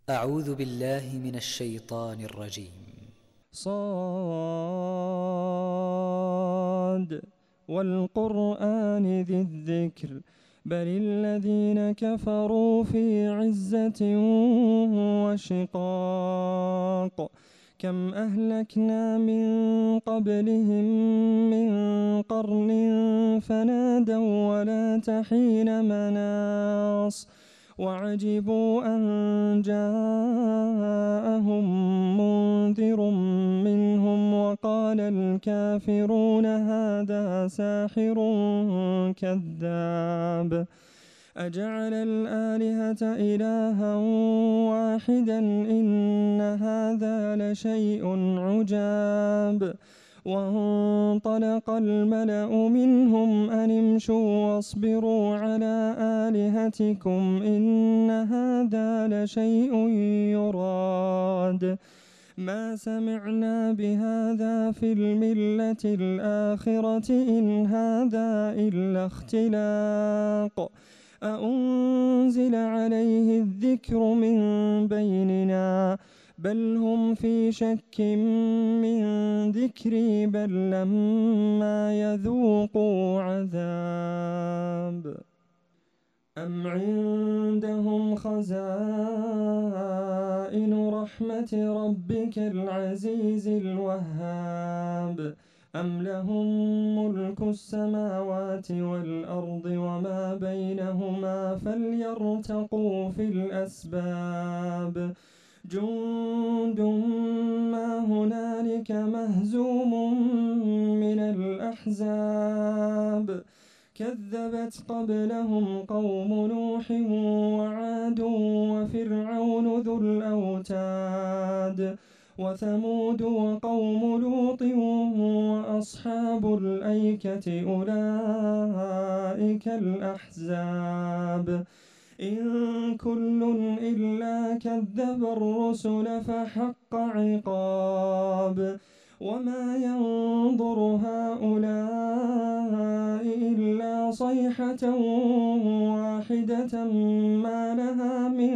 أعوذ بالله من الشيطان الرجيم. صاد والقرآن ذي الذكر بل الذين كفروا في عزة وشقاق كم أهلكنا من قبلهم من قرن فنادوا ولا تحين مناص وعجبوا أن جاءهم منذر منهم وقال الكافرون هذا ساحر كذاب أجعل الآلهة إلها واحدا إن هذا لشيء عجاب وانطلق الملأ منهم أن امشوا واصبروا على آلهتكم إن هذا لشيء يراد ما سمعنا بهذا في الملة الآخرة إن هذا إلا اختلاق أأنزل عليه الذكر من بيننا بل هم في شك من ذكري بل لما يذوقوا عذاب أم عندهم خزائن رحمة ربك العزيز الوهاب أم لهم ملك السماوات والأرض وما بينهما فليرتقوا في الأسباب جند ما هنالك مهزوم من الأحزاب كذبت قبلهم قوم نوح وعاد وفرعون ذو الأوتاد وثمود وقوم لوط وأصحاب الأيكة أولئك الأحزاب إن كل إلا كذب الرسل فحق عقاب وما ينظر هؤلاء إلا صيحة واحدة ما لها من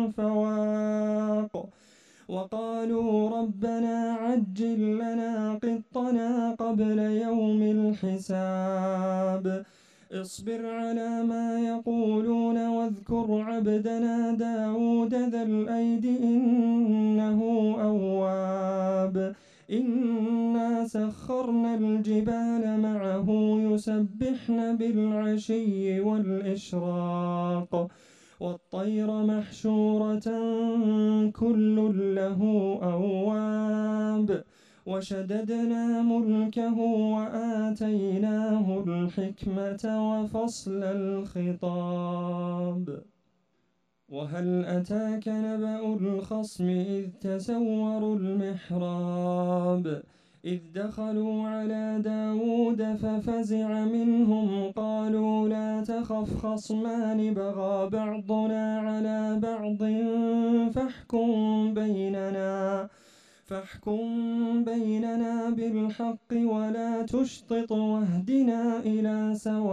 فواق وقالوا ربنا عجل لنا قطنا قبل يوم الحساب اصبر على ما يقولون واذكر عبدنا داود ذا الأيد إنه أواب إنا سخرنا الجبال معه يسبحن بالعشي والإشراق والطير محشورة كل له أواب وشددنا ملكه وآتيناه الحكمة وفصل الخطاب وهل أتاك نبأ الخصم إذ تسوروا المحراب إذ دخلوا على داود ففزع منهم قالوا لا تخف خصمان بغى بعضنا على بعض فاحكم بيننا بالحق ولا تشطط واهدنا إلى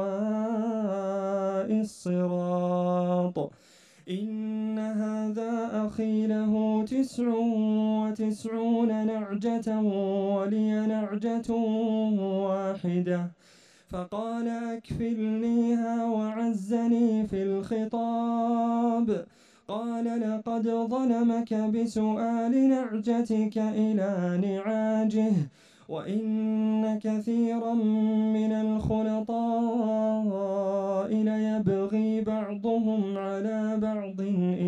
سواء الصراط إن هذا أخي له 99 نعجة ولي نعجة واحدة فقال أكفلنيها وعزني في الخطاب قال لقد ظلمك بسؤال نعجتك إلى نعاجه وإن كثيرا من الخلطاء ليبغي بعضهم على بعض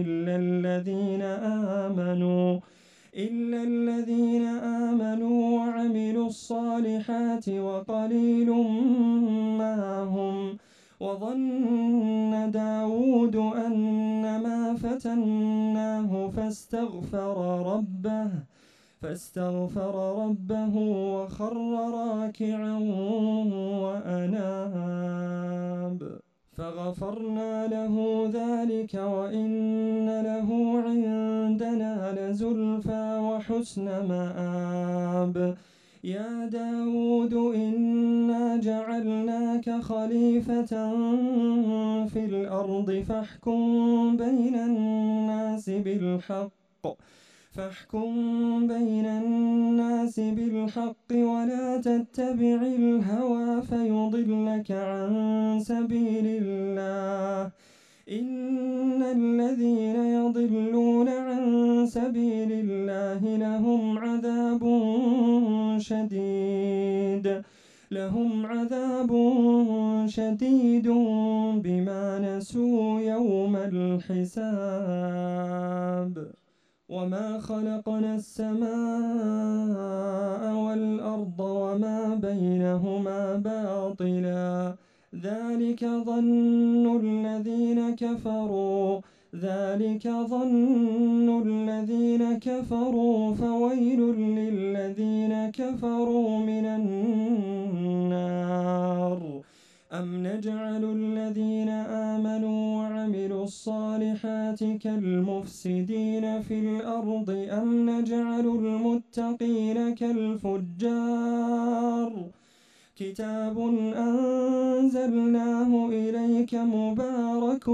إلا الذين آمنوا وعملوا الصالحات وقليل ما هم وظن داود أنما فتناه فاستغفر ربه وخر راكعا وأناب فغفرنا له ذلك وإن له عندنا لزلفى وحسن مآب يا داود إنا جعلناك خليفة في الأرض فاحكم بين الناس بالحق ولا تتبع الهوى فيضلك عن سبيل الله. إن الذين يضلون عن سبيل الله لهم عذاب شديد بما نسوا يوم الحساب. وما خلقنا السماء والأرض وما بينهما باطلا ذلك ظن الذين كفروا فويل للذين كفروا من النار. أم نجعل الذين آمنوا وعملوا الصالحات كالمفسدين في الأرض أم نجعل المتقين كالفجار. كتاب أنزلناه إليك مبارك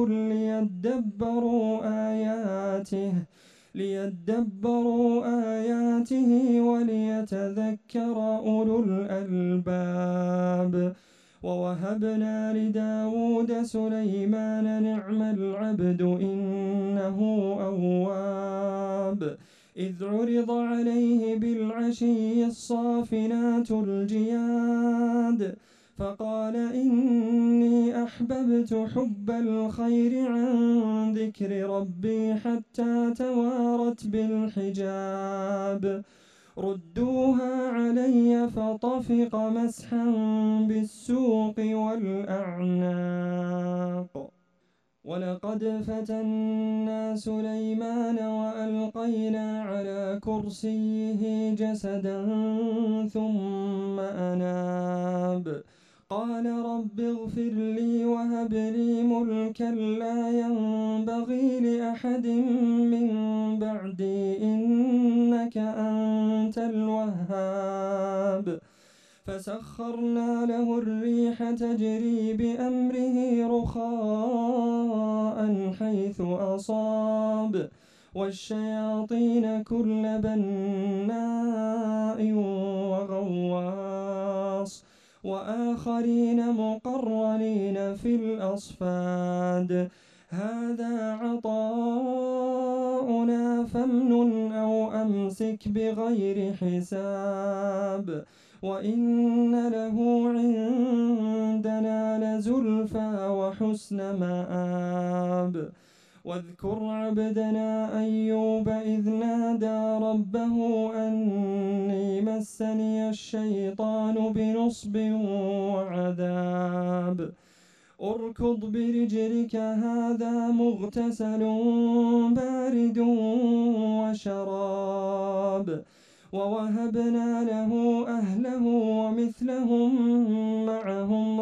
ليدبروا آياته وليتذكر أولو الألباب. ووهبنا لداود سليمان نعم العبد إنه أواب. إذ عرض عليه بالعشي الصافنات الجياد فقال إني أحببت حب الخير عن ذكر ربي حتى توارت بالحجاب. ردوها علي فطفق مسحا بالسوق والأعناق. ولقد فتنا سليمان وألقينا على كرسيه جسدا ثم أناب. قال رب اغفر لي وهب لي ملكا لا ينبغي لأحد من بعدي إنك أنت الوهاب. فسخرنا له الريح تجري بأمره رخاء حيث أصاب والشياطين كل بناء وغواص وآخرين مقرنين في الأصفاد. هذا عطاؤنا فامنن أو أمسك بغير حساب. وإن له عندنا لزلفى وحسن مآب. واذكر عبدنا أيوب إذ نادى ربه أني مسني الشيطان بنصب وعذاب. اركض برجلك هذا مغتسل بارد وشراب. ووهبنا له أهله ومثلهم معهم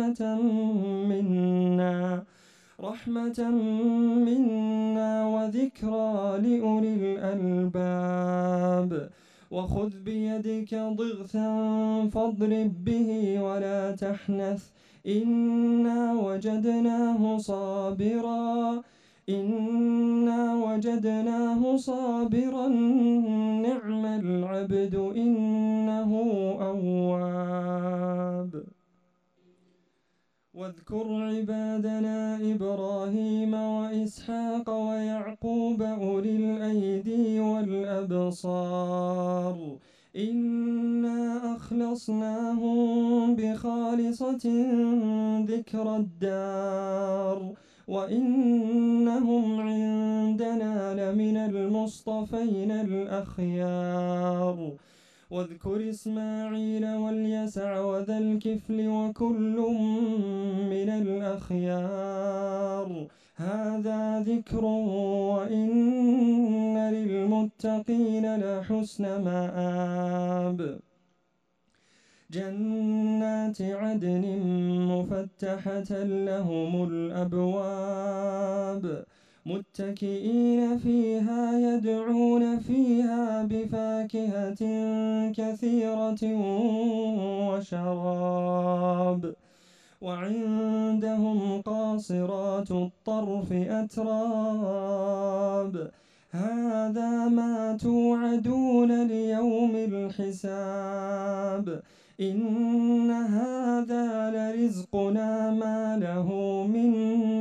رحمة منا وذكرى لأولي الألباب. وخذ بيدك ضغثا فاضرب به ولا تحنث إنا وجدناه صابرا نعم العبد إنه أواب. واذكر عبادنا إبراهيم وإسحاق ويعقوب أولي الأيدي والأبصار إنا أخلصناهم بخالصة ذكر الدار وإنهم عندنا لمن المصطفين الأخيار. واذكر إسماعيل واليسع وذا الكفل وكل من الأخيار. هذا ذكر وإن للمتقين لحسن مآب. جنات عدن مفتحة لهم الأبواب متكئين فيها يدعون فيها بفاكهة كثيرة وشراب. وعندهم قاصرات الطرف أتراب. هذا ما توعدون ليوم الحساب. إن هذا لرزقنا ما له من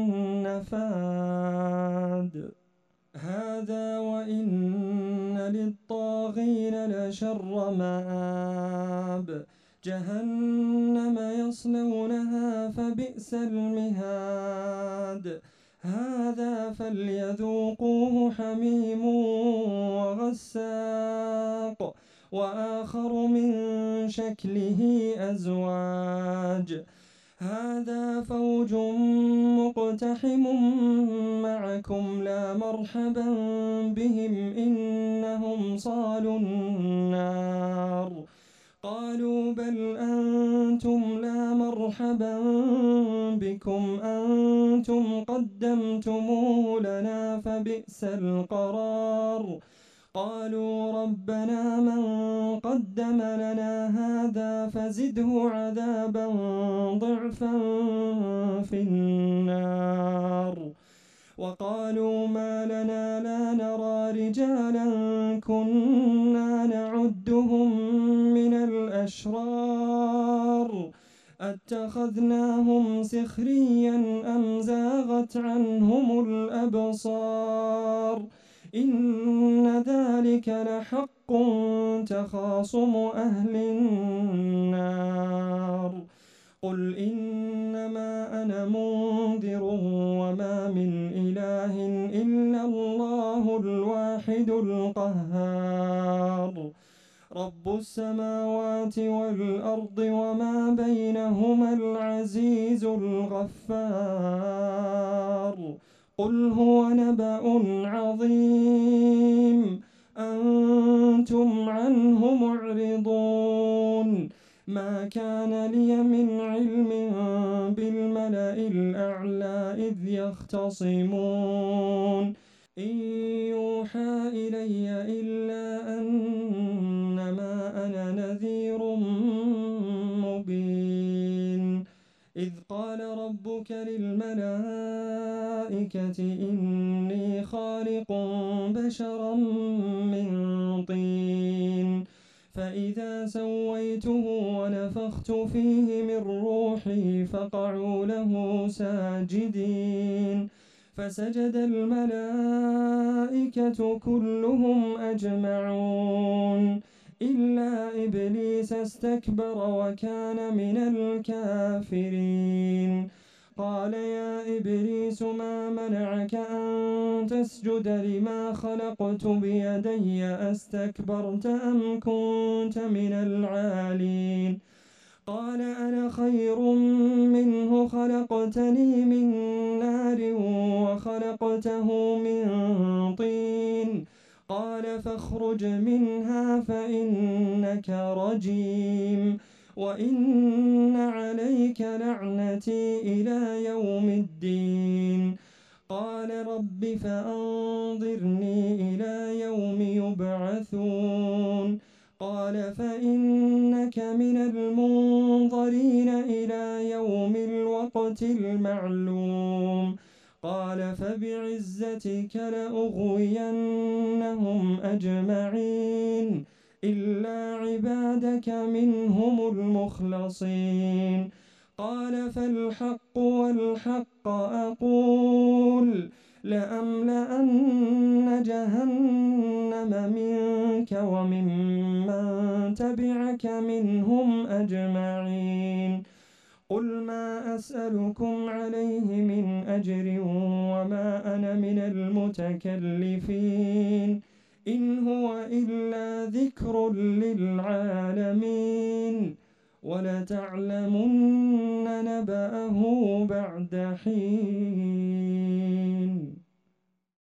نفاد. هذا وإن للطاغين لشر مآب. جهنم يصلونها فبئس المهاد. هذا فليذوقوه حميم وغساق وآخر من شكله أزواج. هذا فوج مقتحم معكم لا مرحبا بهم إنهم صالوا النار. قالوا بل أنتم لا مرحبا بكم أنتم قدمتموه لنا فبئس القرار. قالوا ربنا من قدم لنا هذا فزده عذابا ضعفا في النار. وقالوا ما لنا لا نرى رجالا كنا نعدهم من الأشرار أتخذناهم سخريا أم زاغت عنهم الأبصار. إن ذلك لحق تخاصم أهل النار. قل إنما أنا منذر وما من إله إلا الله الواحد القهار. رب السماوات والأرض وما بينهما العزيز الغفار. قل هو نبأ عظيم أنتم عنه معرضون. ما كان لي من علم بالملأ الأعلى إذ يختصمون. إن يوحى إلي إلا أنما أنا نذير مبين. إذ قال ربك للملائكة إني خالق بشرا من طين فإذا سويته ونفخت فيه من روحي فقعوا له ساجدين. فسجد الملائكة كلهم أجمعون إلا إبليس استكبر وكان من الكافرين. قال يا إبليس ما منعك أن تسجد لما خلقت بيدي أستكبرت أم كنت من العالين. قال أنا خير منه خلقتني من نار وخلقته من طين. قال فاخرج منها فإنك رجيم وإن عليك لعنتي إلى يوم الدين. قال رب فأنظرني إلى يوم يبعثون. قال فإنك من المنظرين إلى يوم الوقت المعلوم. قال فبعزتك لأغوينهم أجمعين إلا عبادك منهم المخلصين. قال فالحق والحق أقول لأملأن جهنم منك وممن تبعك منهم أجمعين. قل ما أسألكم عليه من أجر وما أنا من المتكلفين إن هو إلا ذكر للعالمين. ولتعلمن نبأه بعد حين.